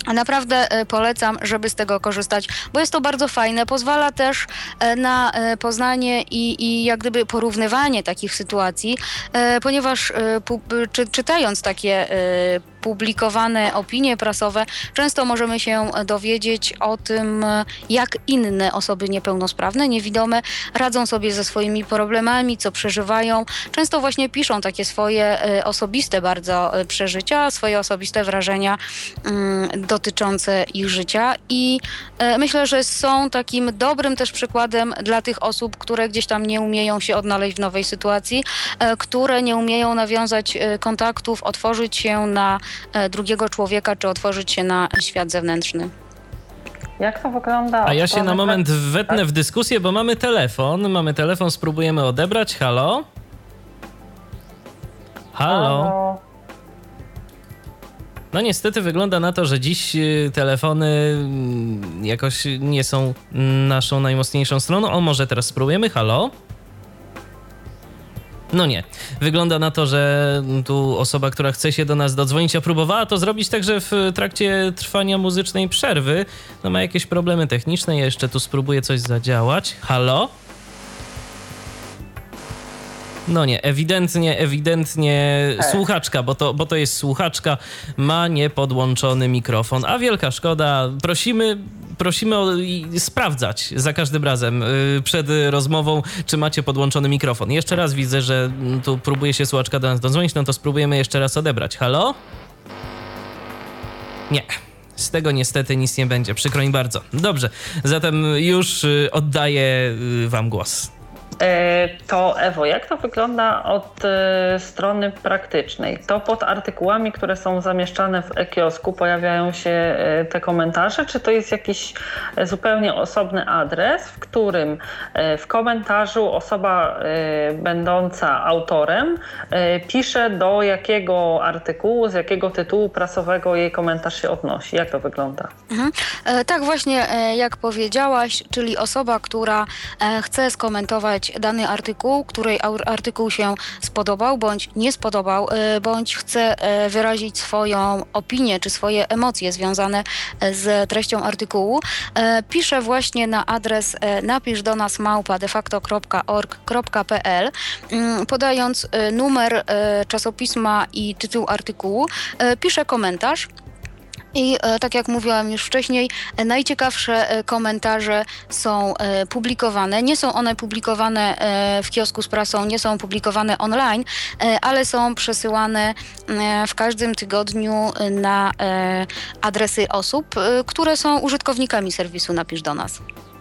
[SPEAKER 3] Naprawdę polecam, żeby z tego korzystać, bo jest to bardzo fajne. Pozwala też na poznanie i, i jak gdyby porównywanie takich sytuacji, ponieważ czy, czytając takie publikowane opinie prasowe, często możemy się dowiedzieć o tym, jak inne osoby niepełnosprawne, niewidome radzą sobie ze swoimi problemami, co przeżywają. Często właśnie piszą takie swoje osobiste bardzo przeżycia, swoje osobiste wrażenia dotyczące ich życia i myślę, że są takim dobrym też przykładem dla tych osób, które gdzieś tam nie umieją się odnaleźć w nowej sytuacji, które nie umieją nawiązać kontaktów, otworzyć się na drugiego człowieka, czy otworzyć się na świat zewnętrzny.
[SPEAKER 2] Jak to wygląda?
[SPEAKER 4] A ja się na moment wetnę w dyskusję, bo mamy telefon. Mamy telefon, spróbujemy odebrać. Halo? Halo? Halo? No niestety wygląda na to, że dziś telefony jakoś nie są naszą najmocniejszą stroną. O, może teraz spróbujemy. Halo? No nie. Wygląda na to, że tu osoba, która chce się do nas dodzwonić, a próbowała to zrobić także w trakcie trwania muzycznej przerwy. No ma jakieś problemy techniczne. Ja jeszcze tu spróbuję coś zadziałać. Halo? No nie, ewidentnie, ewidentnie słuchaczka, bo to, bo to jest słuchaczka, ma niepodłączony mikrofon, a wielka szkoda. Prosimy, prosimy o, i sprawdzać za każdym razem yy, przed rozmową, czy macie podłączony mikrofon. Jeszcze raz widzę, że tu próbuje się słuchaczka do nas dodzwonić, no to spróbujemy jeszcze raz odebrać. Halo? Nie. Z tego niestety nic nie będzie, przykro mi bardzo. Dobrze, zatem już yy, oddaję yy, wam głos.
[SPEAKER 2] To Ewo, jak to wygląda od strony praktycznej? To pod artykułami, które są zamieszczane w e-kiosku, pojawiają się te komentarze, czy to jest jakiś zupełnie osobny adres, w którym w komentarzu osoba będąca autorem pisze, do jakiego artykułu, z jakiego tytułu prasowego jej komentarz się odnosi? Jak to wygląda?
[SPEAKER 3] Mhm. E, tak właśnie, e, jak powiedziałaś, czyli osoba, która e, chce skomentować dany artykuł, której artykuł się spodobał bądź nie spodobał, bądź chce wyrazić swoją opinię czy swoje emocje związane z treścią artykułu, pisze właśnie na adres napisz do nas małpa defacto kropka org kropka pl, podając numer czasopisma i tytuł artykułu, pisze komentarz. I e, tak jak mówiłam już wcześniej, e, najciekawsze e, komentarze są e, publikowane. Nie są one publikowane e, w kiosku z prasą, nie są publikowane online, e, ale są przesyłane e, w każdym tygodniu na e, adresy osób, e, które są użytkownikami serwisu Napisz do nas.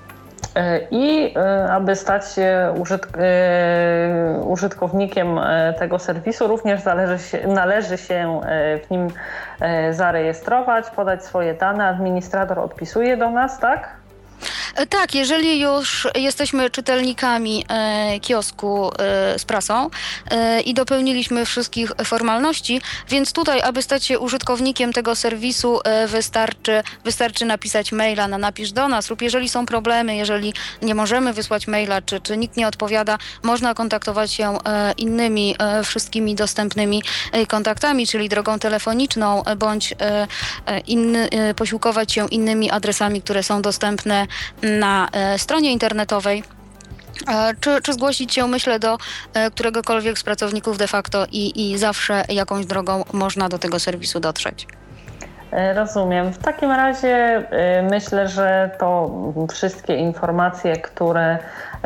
[SPEAKER 2] I aby stać się użytk- użytkownikiem tego serwisu, również należy się, należy się w nim zarejestrować, podać swoje dane. Administrator odpisuje do nas, tak?
[SPEAKER 3] Tak, jeżeli już jesteśmy czytelnikami e, kiosku e, z prasą e, i dopełniliśmy wszystkich formalności, więc tutaj, aby stać się użytkownikiem tego serwisu, e, wystarczy, wystarczy napisać maila na napisz do nas, lub jeżeli są problemy, jeżeli nie możemy wysłać maila, czy, czy nikt nie odpowiada, można kontaktować się e, innymi e, wszystkimi dostępnymi e, kontaktami, czyli drogą telefoniczną, e, bądź e, inny, e, posiłkować się innymi adresami, które są dostępne na e, stronie internetowej, e, czy, czy zgłosić się, myślę, do e, któregokolwiek z pracowników de facto i, i zawsze jakąś drogą można do tego serwisu dotrzeć.
[SPEAKER 2] Rozumiem. W takim razie y, myślę, że to wszystkie informacje, które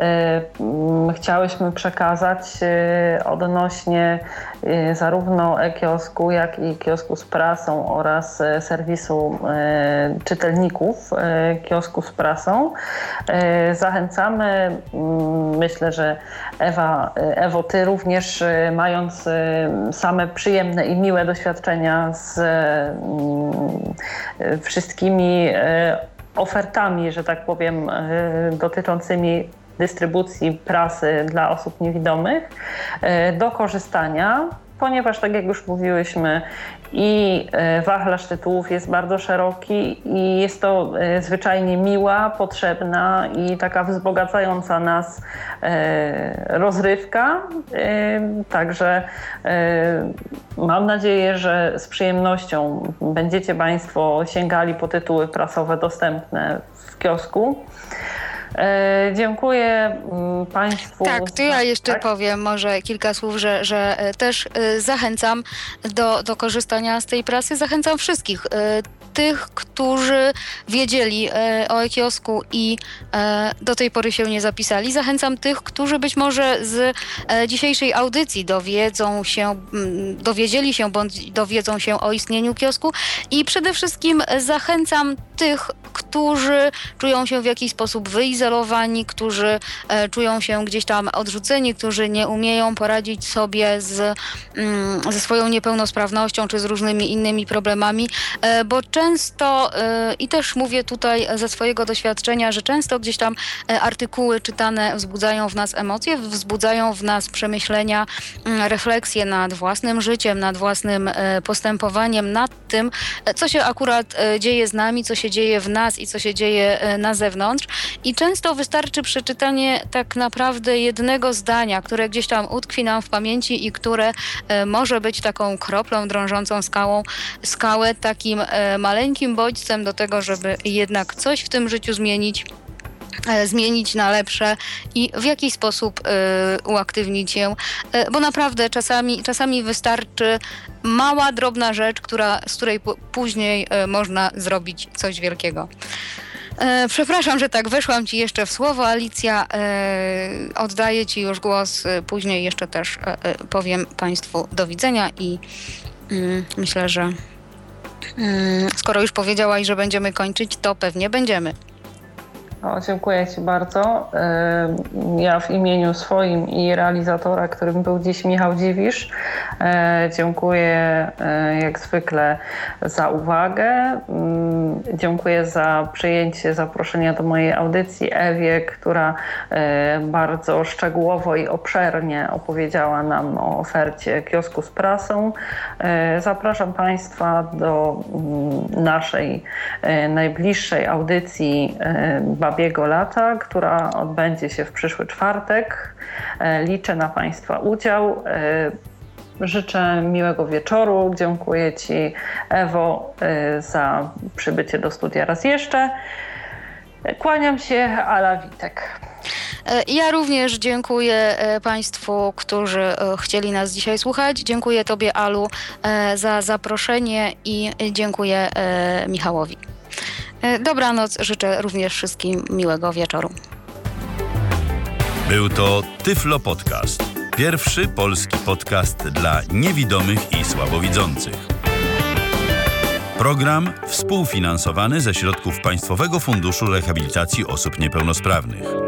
[SPEAKER 2] y, chciałyśmy przekazać y, odnośnie y, zarówno e-kiosku, jak i kiosku z prasą oraz y, serwisu y, czytelników y, kiosku z prasą. Y, zachęcamy. Y, myślę, że Ewa, y, Ewo, ty również y, mając y, same przyjemne i miłe doświadczenia z y, wszystkimi ofertami, że tak powiem, dotyczącymi dystrybucji prasy dla osób niewidomych do korzystania. ponieważ tak jak już mówiłyśmy, i wachlarz tytułów jest bardzo szeroki i jest to zwyczajnie miła, potrzebna i taka wzbogacająca nas rozrywka. Także mam nadzieję, że z przyjemnością będziecie Państwo sięgali po tytuły prasowe dostępne w kiosku. E, dziękuję Państwu.
[SPEAKER 3] Tak, to ja jeszcze
[SPEAKER 2] tak?
[SPEAKER 3] powiem może kilka słów, że, że też zachęcam do, do korzystania z tej prasy. Zachęcam wszystkich. Tych, którzy wiedzieli o e-kiosku i do tej pory się nie zapisali. Zachęcam tych, którzy być może z dzisiejszej audycji dowiedzą się, dowiedzieli się bądź dowiedzą się o istnieniu kiosku i przede wszystkim zachęcam tych, którzy czują się w jakiś sposób wyizolowani, którzy czują się gdzieś tam odrzuceni, którzy nie umieją poradzić sobie z, ze swoją niepełnosprawnością czy z różnymi innymi problemami, bo często, i też mówię tutaj ze swojego doświadczenia, że często gdzieś tam artykuły czytane wzbudzają w nas emocje, wzbudzają w nas przemyślenia, refleksje nad własnym życiem, nad własnym postępowaniem, nad tym, co się akurat dzieje z nami, co się dzieje w nas i co się dzieje na zewnątrz. I często wystarczy przeczytanie tak naprawdę jednego zdania, które gdzieś tam utkwi nam w pamięci i które może być taką kroplą drążącą skałą, skałę, takim maleńkim bodźcem do tego, żeby jednak coś w tym życiu zmienić, zmienić na lepsze i w jakiś sposób y, uaktywnić się, y, bo naprawdę czasami, czasami wystarczy mała, drobna rzecz, która, z której p- później y, można zrobić coś wielkiego. E, przepraszam, że tak weszłam Ci jeszcze w słowo, Alicja. E, oddaję Ci już głos. E, później jeszcze też e, e, powiem Państwu do widzenia i mm, myślę, że mm, skoro już powiedziałaś, że będziemy kończyć, to pewnie będziemy.
[SPEAKER 2] O, dziękuję Ci bardzo. Ja w imieniu swoim i realizatora, którym był dziś Michał Dziwisz, dziękuję jak zwykle za uwagę. Dziękuję za przyjęcie zaproszenia do mojej audycji Ewie, która bardzo szczegółowo i obszernie opowiedziała nam o ofercie kiosku z prasą. Zapraszam Państwa do naszej najbliższej audycji Babiego Lata, która odbędzie się w przyszły czwartek. Liczę na Państwa udział. Życzę miłego wieczoru. Dziękuję Ci, Ewo, za przybycie do studia raz jeszcze. Kłaniam się, Ala Witek.
[SPEAKER 3] Ja również dziękuję Państwu, którzy chcieli nas dzisiaj słuchać. Dziękuję Tobie, Alu, za zaproszenie i dziękuję Michałowi. Dobranoc, życzę również wszystkim miłego wieczoru.
[SPEAKER 1] Był to Tyflo Podcast. Pierwszy polski podcast dla niewidomych i słabowidzących. Program współfinansowany ze środków Państwowego Funduszu Rehabilitacji Osób Niepełnosprawnych.